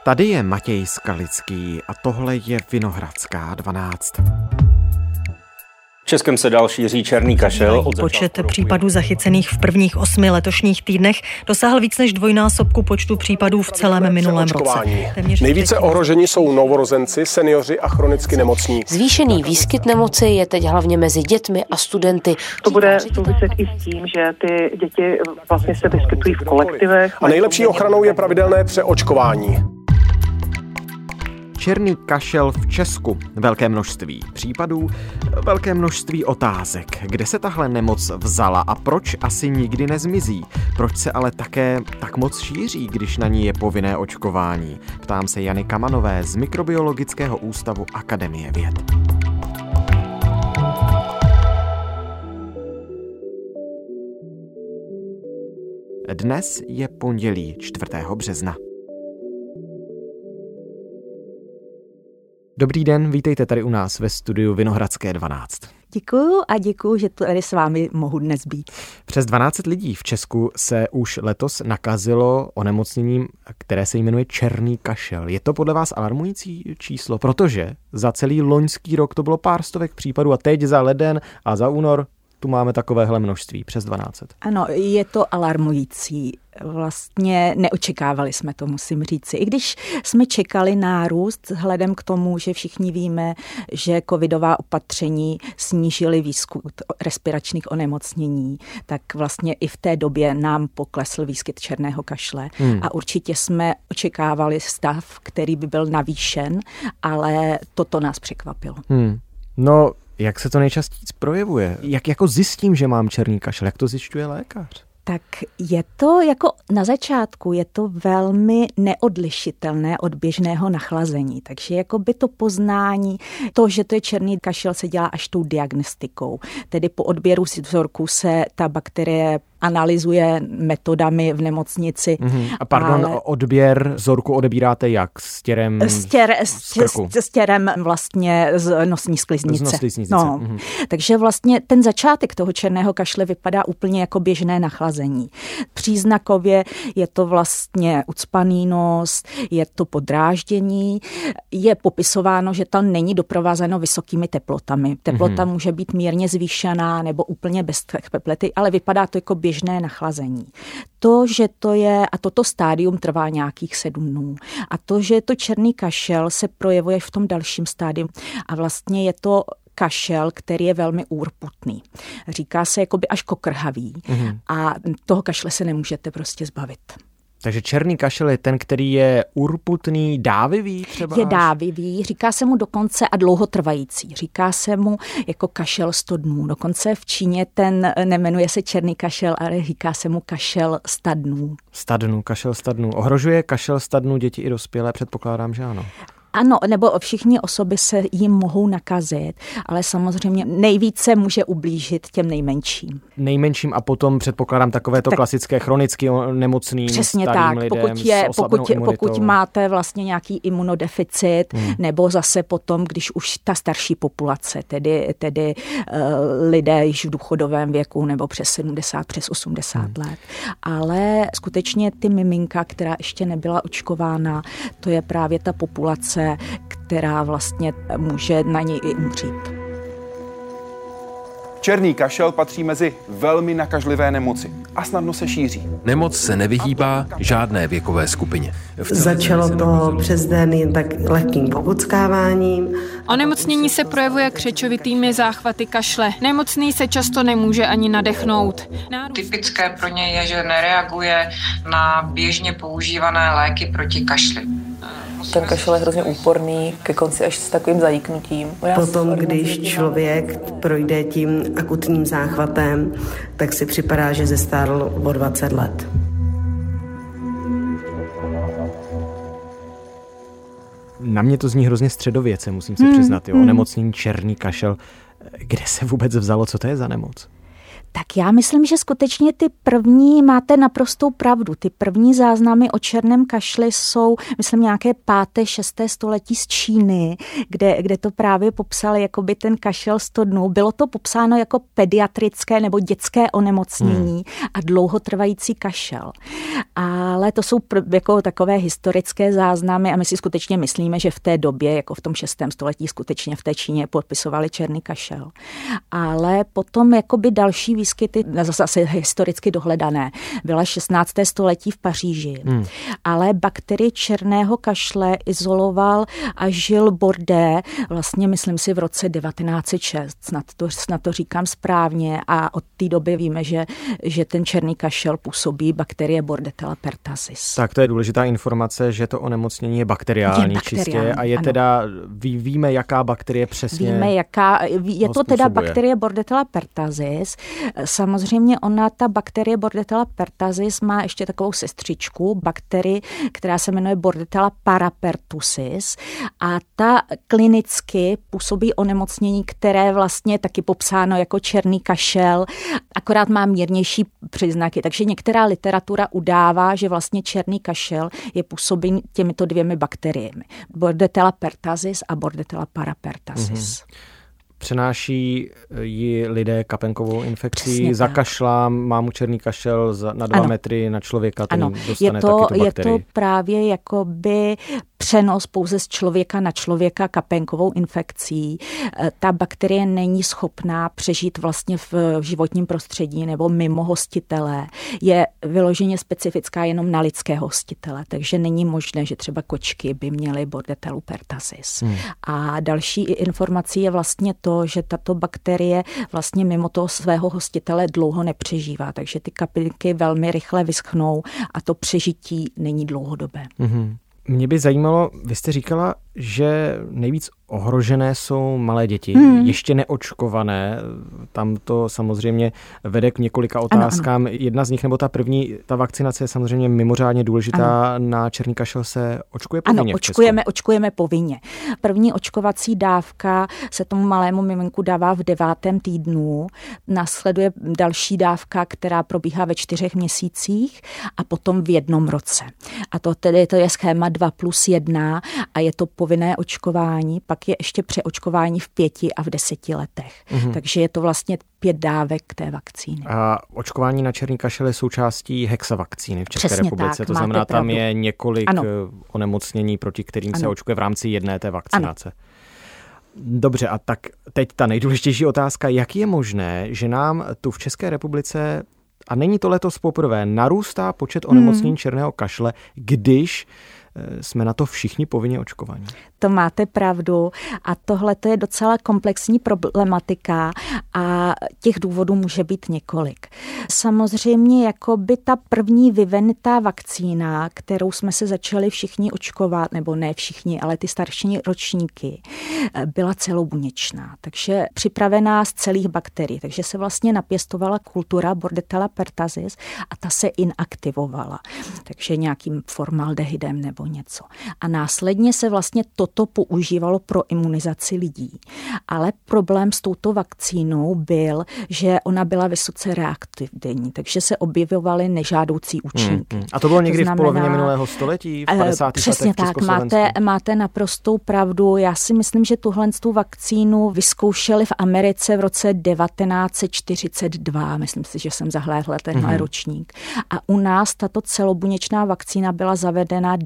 Tady je Matěj Skalický a tohle je Vinohradská 12. V Českém se dál šíří černý kašel. Počet případů zachycených v prvních 8 letošních týdnech dosáhl víc než dvojnásobku počtu případů v celém minulém roce. Nejvíce ohroženi jsou novorozenci, seniori a chronicky nemocní. Zvýšený výskyt nemoci je teď hlavně mezi dětmi a studenty. To bude souviset i s tím, že ty děti vlastně se vyskytují v kolektivech. A nejlepší ochranou je pravidelné přeočkování. Černý kašel v Česku. Velké množství případů, velké množství otázek. Kde se tahle nemoc vzala a proč asi nikdy nezmizí? Proč se ale také tak moc šíří, když na ní je povinné očkování? Ptám se Jany Kamanové z Mikrobiologického ústavu Akademie věd. Dnes je pondělí 4. března. Dobrý den, vítejte tady u nás ve studiu Vinohradské 12. Děkuju a děkuju, že tady s vámi mohu dnes být. Přes 12 lidí v Česku se už letos nakazilo onemocněním, které se jmenuje černý kašel. Je to podle vás alarmující číslo? Protože za celý loňský rok to bylo pár stovek případů a teď za leden a za únor tu máme takovéhle množství, přes 12. Ano, je to alarmující. Vlastně neočekávali jsme to, musím říci. I když jsme čekali nárůst vzhledem k tomu, že všichni víme, že covidová opatření snížily výskyt respiračních onemocnění, tak vlastně i v té době nám poklesl výskyt černého kašle. A určitě jsme očekávali stav, který by byl navýšen, ale toto nás překvapilo. No, jak se to nejčastěji projevuje? Jak jako zjistím, že mám černý kašel? Jak to zjišťuje lékař? Tak je to jako na začátku, je to velmi neodlišitelné od běžného nachlazení. Takže jako by to poznání, to, že to je černý kašel, se dělá až tou diagnostikou. Tedy po odběru vzorku se ta bakterie analyzuje metodami v nemocnici. A pardon, odběr vzorku odebíráte jak? S těrem s těrem vlastně z nosní skliznice. Z nosní skliznice. No. Takže vlastně ten začátek toho černého kašle vypadá úplně jako běžné nachlazení. Příznakově je to vlastně ucpaný nos, je to podráždění, je popisováno, že to není doprovázeno vysokými teplotami. Teplota může být mírně zvýšená nebo úplně bez teploty, ale vypadá to jako běžné nachlazení. To, že to je, a toto stádium trvá nějakých 7 dnů. A to, že je to černý kašel, se projevuje v tom dalším stádiu. A vlastně je to kašel, který je velmi úrputný. Říká se jakoby až kokrhavý. A toho kašle se nemůžete prostě zbavit. Takže černý kašel je ten, který je urputný, dávivý třeba? Je dávivý, říká se mu dokonce a dlouhotrvající. Říká se mu jako kašel 100 dnů. Dokonce v Číně ten nemenuje se černý kašel, ale říká se mu kašel 100 dnů. 100 dnů, kašel 100 dnů. Ohrožuje kašel 100 dnů děti i dospělé? Předpokládám, že ano. Ano, nebo všichni osoby se jim mohou nakazit, ale samozřejmě nejvíce může ublížit těm nejmenším. Nejmenším a potom předpokládám takovéto klasické chronicky nemocným přesně starým tak, lidem pokud máte vlastně nějaký imunodeficit, nebo zase potom, když už ta starší populace, tedy lidé již v důchodovém věku nebo přes 70, přes 80 let. Ale skutečně ty miminka, která ještě nebyla očkována, to je právě ta populace, která vlastně může na něj i umřít. Černý kašel patří mezi velmi nakažlivé nemoci a snadno se šíří. Nemoc se nevyhýbá žádné věkové skupině. Začalo to přes den jen tak lehkým pokuckáváním. Onemocnění se projevuje křečovitými záchvaty kašle. Nemocný se často nemůže ani nadechnout. Typické pro něj je, že nereaguje na běžně používané léky proti kašli. Ten kašel je hrozně úporný, ke konci až s takovým zajíknutím. Potom, když člověk projde tím akutním záchvatem, tak si připadá, že zestárl o 20 let. Na mě to zní hrozně středověce, musím se přiznat. Onemocnění černý kašel. Kde se vůbec vzalo? Co to je za nemoc? Tak já myslím, že skutečně ty první, máte naprostou pravdu, ty první záznamy o černém kašli jsou, myslím, nějaké 5., 6. století z Číny, kde to právě popsali jakoby ten kašel 100 dnů. Bylo to popsáno jako pediatrické nebo dětské onemocnění a dlouhotrvající kašel. Ale to jsou jako takové historické záznamy a my si skutečně myslíme, že v té době, jako v tom 6. století, skutečně v té Číně popisovali černý kašel. Ale potom jakoby další výskyty, zase historicky dohledané, byla 16. století v Paříži. Ale bakterii černého kašle izoloval a žil Bordet, vlastně myslím si v roce 1906, snad to říkám správně, a od té doby víme, že ten černý kašel působí bakterie Bordetella pertussis. Tak to je důležitá informace, že to onemocnění je bakteriální čistě a je teda, víme, jaká bakterie přesně. Víme, je to teda bakterie Bordetella pertussis. Samozřejmě ta bakterie Bordetella pertussis má ještě takovou sestřičku, bakterii, která se jmenuje Bordetella parapertussis a ta klinicky působí onemocnění, které vlastně taky popsáno jako černý kašel, akorát má mírnější příznaky. Takže některá literatura udává, že vlastně černý kašel je působen těmito 2 bakteriemi. Bordetella pertussis a Bordetella parapertussis. Přenáší ji lidé kapenkovou infekcí, zakašlám, mám černý kašel na 2 metry na člověka, ten dostane taky tu bakterii. Je to právě jakoby přenos pouze z člověka na člověka kapenkovou infekcí. Ta bakterie není schopná přežít vlastně v životním prostředí nebo mimo hostitele. Je vyloženě specifická jenom na lidské hostitele, takže není možné, že třeba kočky by měly Bordetellu pertussis. A další informací je vlastně to, že tato bakterie vlastně mimo toho svého hostitele dlouho nepřežívá, takže ty kapinky velmi rychle vyschnou a to přežití není dlouhodobé. Mě by zajímalo, vy jste říkala, že nejvíc ohrožené jsou malé děti, ještě neočkované. Tam to samozřejmě vede k několika otázkám. Ano. Jedna z nich, nebo ta první, ta vakcinace je samozřejmě mimořádně důležitá. Ano. Na černý kašel se očkuje povinně v Česku? Ano, očkujeme povinně. První očkovací dávka se tomu malému miminku dává v 9. týdnu. Následuje další dávka, která probíhá ve 4 měsících a potom v 1 roce. A to je schéma 2+1 a je to povinné očkování, pak je ještě přeočkování v 5 a v 10 letech. Takže je to vlastně 5 dávek té vakcíny. A očkování na černý kašel je součástí hexavakcíny v České Přesně republice. Tak, to znamená, tam je několik onemocnění, proti kterým se očkuje v rámci jedné té vakcinace. Dobře, a tak teď ta nejdůležitější otázka, jak je možné, že nám tu v České republice, a není to letos poprvé, narůstá počet onemocnění černého kašle, když jsme na to všichni povinně očkovaní. To máte pravdu a tohle to je docela komplexní problematika a těch důvodů může být několik. Samozřejmě jakoby ta první vyvinutá vakcína, kterou jsme se začali všichni očkovat, nebo ne všichni, ale ty starší ročníky, byla celobuněčná, takže připravená z celých bakterií, takže se vlastně napěstovala kultura Bordetella pertussis a ta se inaktivovala, takže nějakým formaldehydem nebo něco. A následně se vlastně toto používalo pro imunizaci lidí. Ale problém s touto vakcínou byl, že ona byla vysoce reaktivní, takže se objevovaly nežádoucí účinky. A to bylo někdy v polovině minulého století, v 50. Přesně letech v Československu? Přesně tak, máte naprostou pravdu. Já si myslím, že tuhle vakcínu vyzkoušeli v Americe v roce 1942. Myslím si, že jsem zahlédla tenhle ročník. A u nás tato celobuněčná vakcína byla zavedena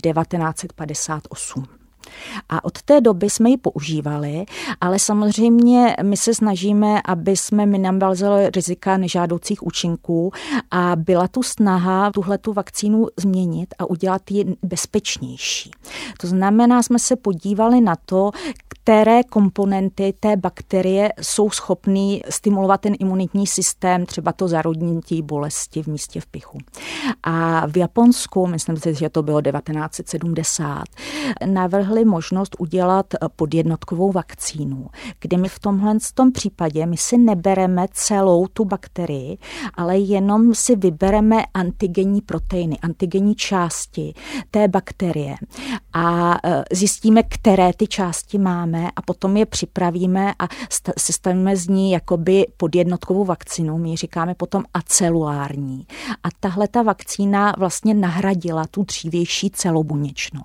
1958. A od té doby jsme ji používali, ale samozřejmě my se snažíme, aby jsme minimalizovali rizika nežádoucích účinků a byla tu snaha tuhletu vakcínu změnit a udělat ji bezpečnější. To znamená, jsme se podívali na to, které komponenty té bakterie jsou schopný stimulovat ten imunitní systém, třeba to zarodnití bolesti v místě vpichu. A v Japonsku, myslím si, že to bylo 1970, navrhli možnost udělat podjednotkovou vakcínu, kde my v tomhle případě my si nebereme celou tu bakterii, ale jenom si vybereme antigenní proteiny, antigenní části té bakterie a zjistíme, které ty části máme vybereme a potom je připravíme a sestavíme z ní jakoby podjednotkovou vakcínu. My ji říkáme potom acelulární. A tahle ta vakcína vlastně nahradila tu dřívější celobuněčnou.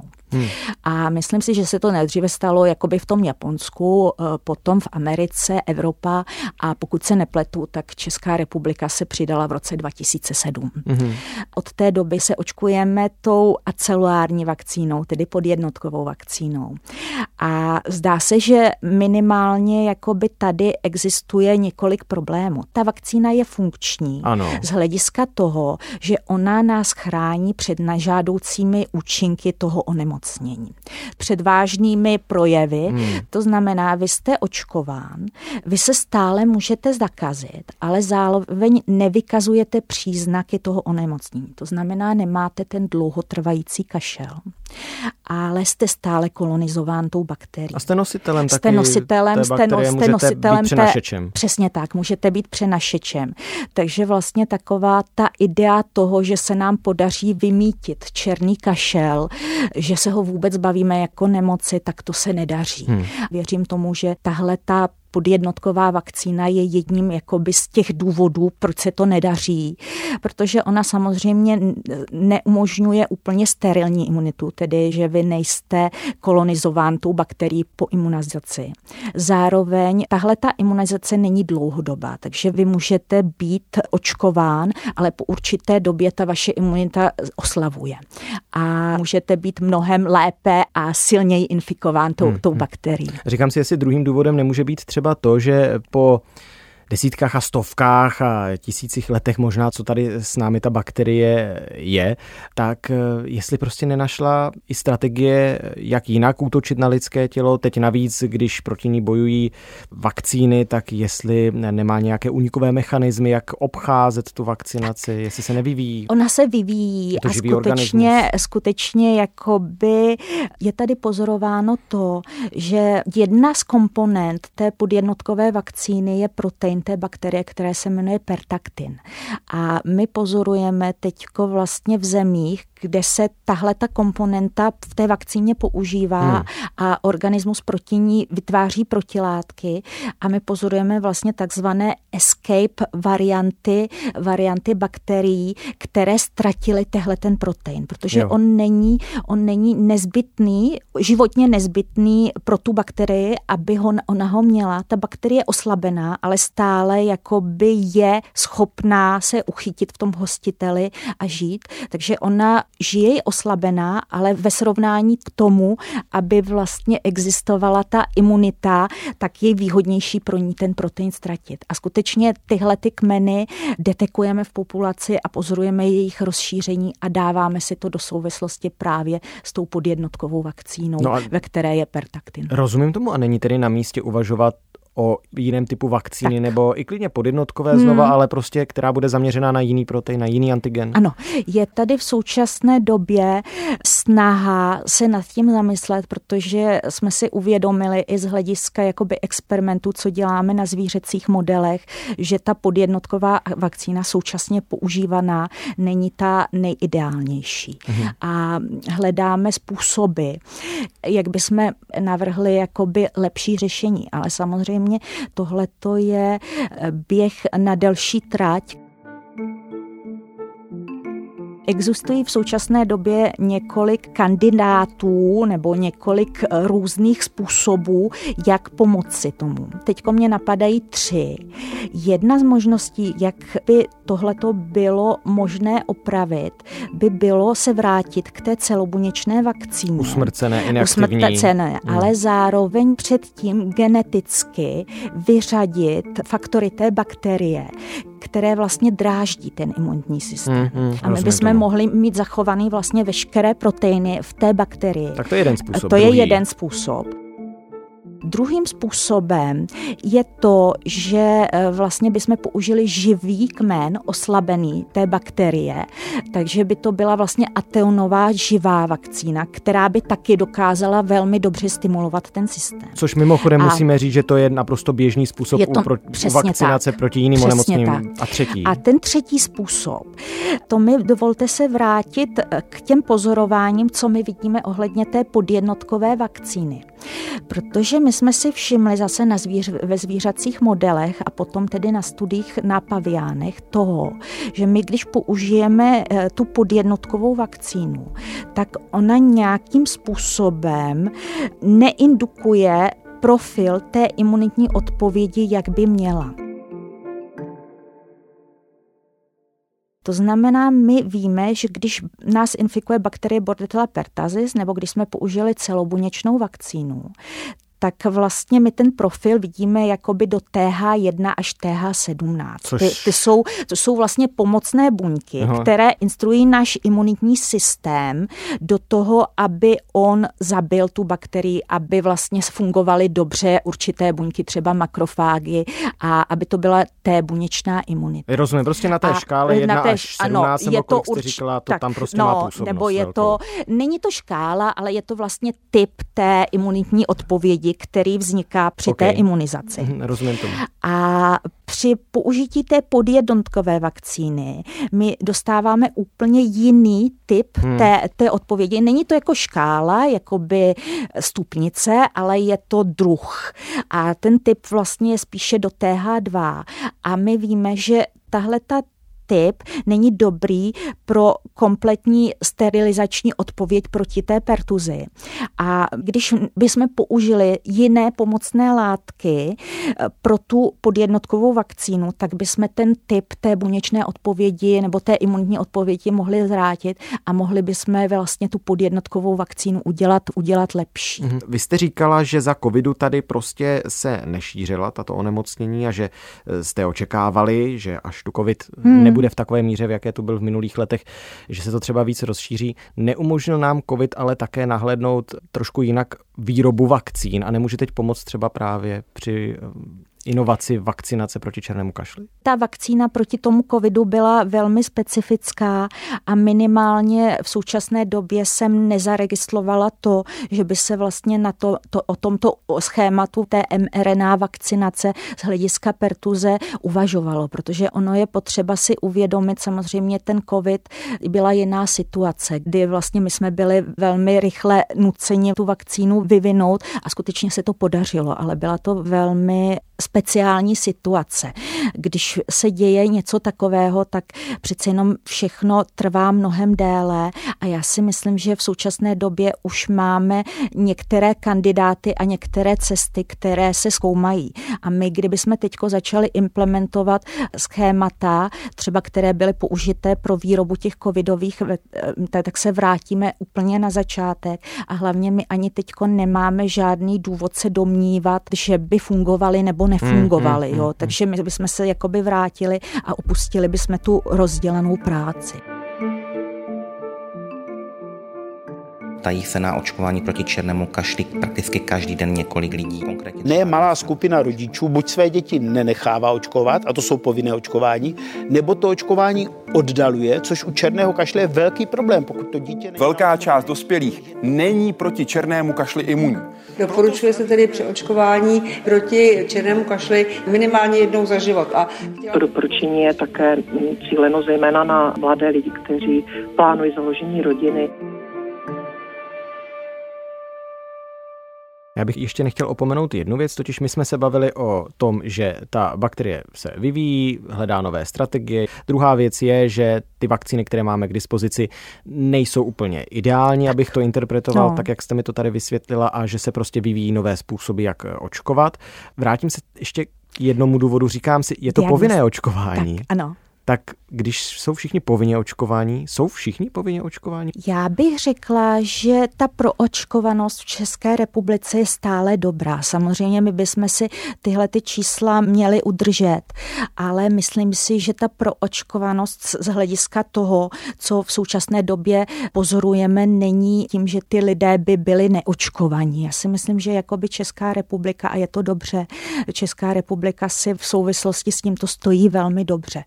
A myslím si, že se to nejdříve stalo jakoby v tom Japonsku, potom v Americe, Evropa a pokud se nepletu, tak Česká republika se přidala v roce 2007. Od té doby se očkujeme tou acelulární vakcínou, tedy podjednotkovou vakcínou. A zdá se, že minimálně jakoby tady existuje několik problémů. Ta vakcína je funkční z hlediska toho, že ona nás chrání před nežádoucími účinky toho onemocnění. Před vážnými projevy, to znamená, vy jste očkován, vy se stále můžete zakazit, ale zároveň nevykazujete příznaky toho onemocnění. To znamená, nemáte ten dlouhotrvající kašel, ale jste stále kolonizován tou bakterií. A jste nositelem té bakterie, můžete být přenašečem. Přesně tak, můžete být přenašečem. Takže vlastně taková ta idea toho, že se nám podaří vymítit černý kašel, že se ho vůbec bavíme jako nemoci, tak to se nedaří. Věřím tomu, že tahle ta podjednotková vakcína je jedním jakoby z těch důvodů, proč se to nedaří, protože ona samozřejmě neumožňuje úplně sterilní imunitu, tedy že vy nejste kolonizován tou bakterií po imunizaci. Zároveň tahle ta imunizace není dlouhodobá, takže vy můžete být očkován, ale po určité době ta vaše imunita oslabuje. A můžete být mnohem lépe a silněji infikován tou bakterií. Říkám si, jestli druhým důvodem nemůže být třeba to, že po desítkách a stovkách a tisících letech možná, co tady s námi ta bakterie je, tak jestli prostě nenašla i strategie, jak jinak útočit na lidské tělo, teď navíc, když proti ní bojují vakcíny, tak jestli nemá nějaké únikové mechanismy, jak obcházet tu vakcinaci, jestli se nevyvíjí. Ona se vyvíjí a skutečně jakoby je tady pozorováno to, že jedna z komponent té podjednotkové vakcíny je protein té bakterie, které se jmenuje pertaktin. A my pozorujeme teďko vlastně v zemích, kde se tahle ta komponenta v té vakcíně používá a organismus proti ní vytváří protilátky a my pozorujeme vlastně takzvané escape varianty bakterií, které ztratily tehle ten protein, protože on není nezbytný, životně nezbytný pro tu bakterii, aby ona ho měla. Ta bakterie je oslabená, ale stále jakoby je schopná se uchytit v tom hostiteli a žít, takže ona žije oslabená, ale ve srovnání k tomu, aby vlastně existovala ta imunita, tak je výhodnější pro ní ten protein ztratit. A skutečně tyhle ty kmeny detekujeme v populaci a pozorujeme jejich rozšíření a dáváme si to do souvislosti právě s tou podjednotkovou vakcínou, ve které je pertaktin. Rozumím tomu a není tedy na místě uvažovat o jiném typu vakcíny nebo i klidně podjednotkové znova, ale prostě, která bude zaměřená na jiný protein, na jiný antigen. Ano, je tady v současné době snaha se nad tím zamyslet, protože jsme si uvědomili i z hlediska jakoby experimentů, co děláme na zvířecích modelech, že ta podjednotková vakcína současně používaná není ta nejideálnější. A hledáme způsoby, jak bychom navrhli jakoby lepší řešení, ale samozřejmě tohleto je běh na delší trať. Existují v současné době několik kandidátů nebo několik různých způsobů, jak pomoci tomu. Teďko mě napadají 3. Jedna z možností, jak by tohleto bylo možné opravit, by bylo se vrátit k té celobuněčné vakcíně. Usmrcené, inaktivní. Ale zároveň předtím geneticky vyřadit faktory té bakterie, které vlastně dráždí ten imunitní systém. A my bychom mohli mít zachovaný vlastně veškeré proteiny v té bakterii. Tak to je jeden způsob. To je jeden způsob. Druhým způsobem je to, že vlastně bychom použili živý kmen oslabený té bakterie, takže by to byla vlastně ateonová živá vakcína, která by taky dokázala velmi dobře stimulovat ten systém. Což mimochodem musíme říct, že to je naprosto běžný způsob u vakcinace proti jiným onemocněním. A třetí. A ten třetí způsob, to mi dovolte se vrátit k těm pozorováním, co my vidíme ohledně té podjednotkové vakcíny. Protože my jsme si všimli zase ve zvířacích modelech a potom tedy na studiích na paviánech toho, že my, když použijeme tu podjednotkovou vakcínu, tak ona nějakým způsobem neindukuje profil té imunitní odpovědi, jak by měla. To znamená, my víme, že když nás infikuje bakterie Bordetella pertussis, nebo když jsme použili celobuněčnou vakcínu, tak vlastně my ten profil vidíme jakoby do TH1 až TH17. To jsou vlastně pomocné buňky, které instruují náš imunitní systém do toho, aby on zabil tu bakterii, aby vlastně fungovaly dobře určité buňky, třeba makrofágy, a aby to byla té buněčná imunita. Rozumím, prostě na té škále 1 až 17, nebo kolik jste říkala, to tam prostě má působnost. Nebo není to škála, ale je to vlastně typ té imunitní odpovědi, který vzniká při té imunizaci. Rozumím tomu. A při použití té podjednotkové vakcíny my dostáváme úplně jiný typ té odpovědi. Není to jako škála, jakoby stupnice, ale je to druh. A ten typ vlastně je spíše do TH2. A my víme, že tahleta typ není dobrý pro kompletní sterilizační odpověď proti té pertuzi. A když bychom použili jiné pomocné látky pro tu podjednotkovou vakcínu, tak bychom ten typ té buněčné odpovědi nebo té imunitní odpovědi mohli zvrátit a mohli bychom vlastně tu podjednotkovou vakcínu udělat lepší. Vy jste říkala, že za covidu tady prostě se nešířila tato onemocnění a že jste očekávali, že až tu covid nebude v takové míře, v jaké tu byl v minulých letech, že se to třeba víc rozšíří. Neumožnil nám covid ale také nahlédnout trošku jinak výrobu vakcín a nemůže teď pomoct třeba právě při inovaci vakcinace proti černému kašli? Ta vakcína proti tomu covidu byla velmi specifická a minimálně v současné době jsem nezaregistrovala to, že by se vlastně o tomto schématu té mRNA vakcinace z hlediska pertuze uvažovalo, protože ono je potřeba si uvědomit, samozřejmě ten covid byla jiná situace, kdy vlastně my jsme byli velmi rychle nuceni tu vakcínu vyvinout a skutečně se to podařilo, ale byla to velmi speciální situace. Když se děje něco takového, tak přece jenom všechno trvá mnohem déle a já si myslím, že v současné době už máme některé kandidáty a některé cesty, které se zkoumají. A my, kdybychom teďko začali implementovat schémata, třeba které byly použité pro výrobu těch covidových, tak se vrátíme úplně na začátek a hlavně my ani teďko nemáme žádný důvod se domnívat, že by fungovaly nebo nefungovaly. Takže my bychom se jakoby vrátili a opustili bychom tu rozdělanou práci. Tají se na očkování proti černému kašli prakticky každý den několik lidí. Ne malá skupina rodičů buď své děti nenechává očkovat, a to jsou povinné očkování, nebo to očkování oddaluje, což u černého kašle je velký problém, pokud to dítě Velká část dospělých není proti černému kašli imunní. Doporučuje se tedy při očkování proti černému kašli minimálně jednou za život. A to doporučení je také cíleno zejména na mladé lidi, kteří plánují založení rodiny. Já bych ještě nechtěl opomenout jednu věc, totiž my jsme se bavili o tom, že ta bakterie se vyvíjí, hledá nové strategie. Druhá věc je, že ty vakcíny, které máme k dispozici, nejsou úplně ideální, abych to interpretoval tak, jak jste mi to tady vysvětlila, a že se prostě vyvíjí nové způsoby, jak očkovat. Vrátím se ještě k jednomu důvodu, říkám si, je to povinné očkování. Tak, ano. Tak když jsou všichni povinně očkováni, jsou všichni povinně očkováni? Já bych řekla, že ta proočkovanost v České republice je stále dobrá. Samozřejmě my bychom si tyhle ty čísla měli udržet, ale myslím si, že ta proočkovanost z hlediska toho, co v současné době pozorujeme, není tím, že ty lidé by byli neočkovaní. Já si myslím, že jakoby Česká republika, a je to dobře, Česká republika si v souvislosti s tímto stojí velmi dobře. A velmi dobře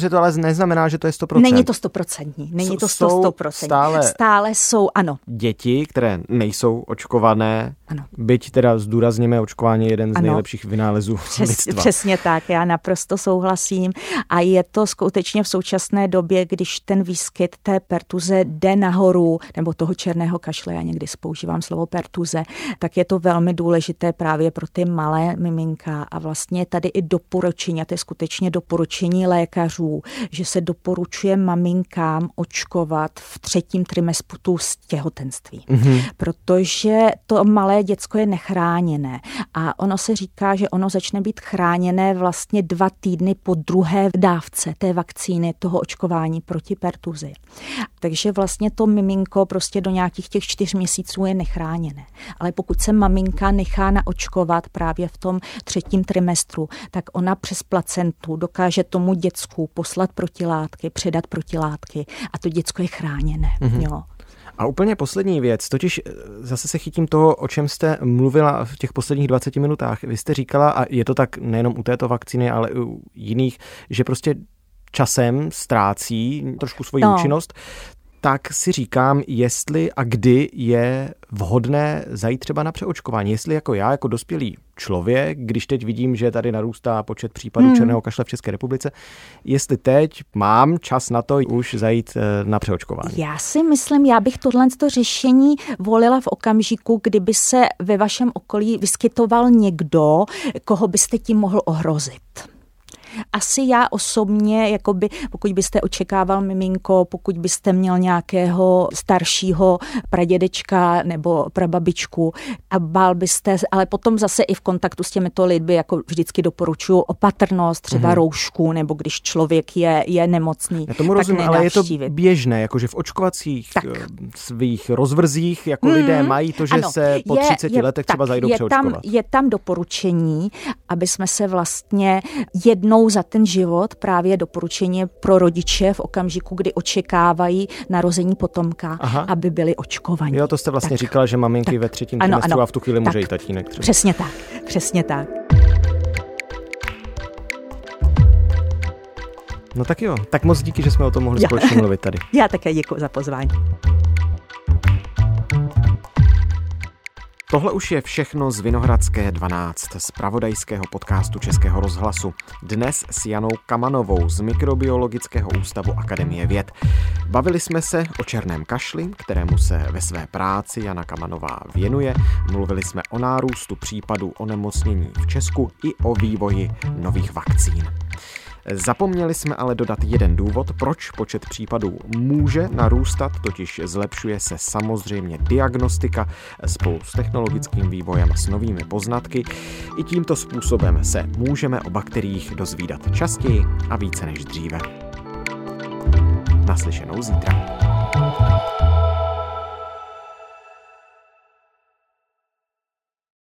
dobře, to ale neznamená, že to je 100%. Není to 100%. Není to 100%. Stále jsou, ano. Děti, které nejsou očkované, ano. Byť teda zdůrazněme, očkování je jeden z nejlepších vynálezů lidstva. Přesně tak, já naprosto souhlasím. A je to skutečně v současné době, když ten výskyt té pertuze jde nahoru, nebo toho černého kašle, já někdy používám slovo pertuze, tak je to velmi důležité právě pro ty malé miminka. A vlastně tady i doporučení, a to je skutečně doporučení lékařů, že se doporučuje maminkám očkovat v 3. trimestru z těhotenství. Protože to malé děcko je nechráněné. A ono se říká, že ono začne být chráněné vlastně 2 týdny po druhé dávce té vakcíny, toho očkování proti pertuzi. Takže vlastně to miminko prostě do nějakých těch 4 měsíců je nechráněné. Ale pokud se maminka nechá naočkovat právě v tom 3. trimestru, tak ona přes placentu dokáže tomu děcku poslat protilátky, předat protilátky a to děcko je chráněné. Jo. A úplně poslední věc, totiž zase se chytím toho, o čem jste mluvila v těch posledních 20 minutách. Vy jste říkala, a je to tak nejenom u této vakcíny, ale i u jiných, že prostě časem ztrácí trošku svoji účinnost. Tak si říkám, jestli a kdy je vhodné zajít třeba na přeočkování. Jestli jako já, jako dospělý člověk, když teď vidím, že tady narůstá počet případů černého kašle v České republice, jestli teď mám čas na to už zajít na přeočkování. Já si myslím, já bych tohle řešení volila v okamžiku, kdyby se ve vašem okolí vyskytoval někdo, koho byste tím mohl ohrozit. Asi já osobně, jakoby, pokud byste očekával miminko, pokud byste měl nějakého staršího pradědečka nebo prababičku a bál byste, ale potom zase i v kontaktu s těmito lidmi, jako vždycky doporučuji opatrnost, třeba roušku, nebo když člověk je nemocný. Já tomu rozumím, ale je to běžné, jakože v očkovacích svých rozvrzích, jako lidé mají to, že ano, se po 30 letech třeba zajdou přeočkovat. Je tam doporučení, aby jsme se vlastně jednou za ten život, právě doporučení pro rodiče v okamžiku, kdy očekávají narození potomka, aby byli očkovaní. Jo, to jste vlastně říkala, že maminky ve 3. trimestru a v tu chvíli může i tatínek třeba. Přesně tak. No tak jo, tak moc díky, že jsme o tom mohli společně mluvit tady. Já také děkuji za pozvání. Tohle už je všechno z Vinohradské 12, z zpravodajského podcastu Českého rozhlasu. Dnes s Janou Kamanovou z Mikrobiologického ústavu Akademie věd. Bavili jsme se o černém kašli, kterému se ve své práci Jana Kamanová věnuje. Mluvili jsme o nárůstu případů onemocnění v Česku i o vývoji nových vakcín. Zapomněli jsme ale dodat jeden důvod, proč počet případů může narůstat, totiž zlepšuje se samozřejmě diagnostika spolu s technologickým vývojem a s novými poznatky. I tímto způsobem se můžeme o bakteriích dozvídat častěji a více než dříve. Naslyšenou zítra.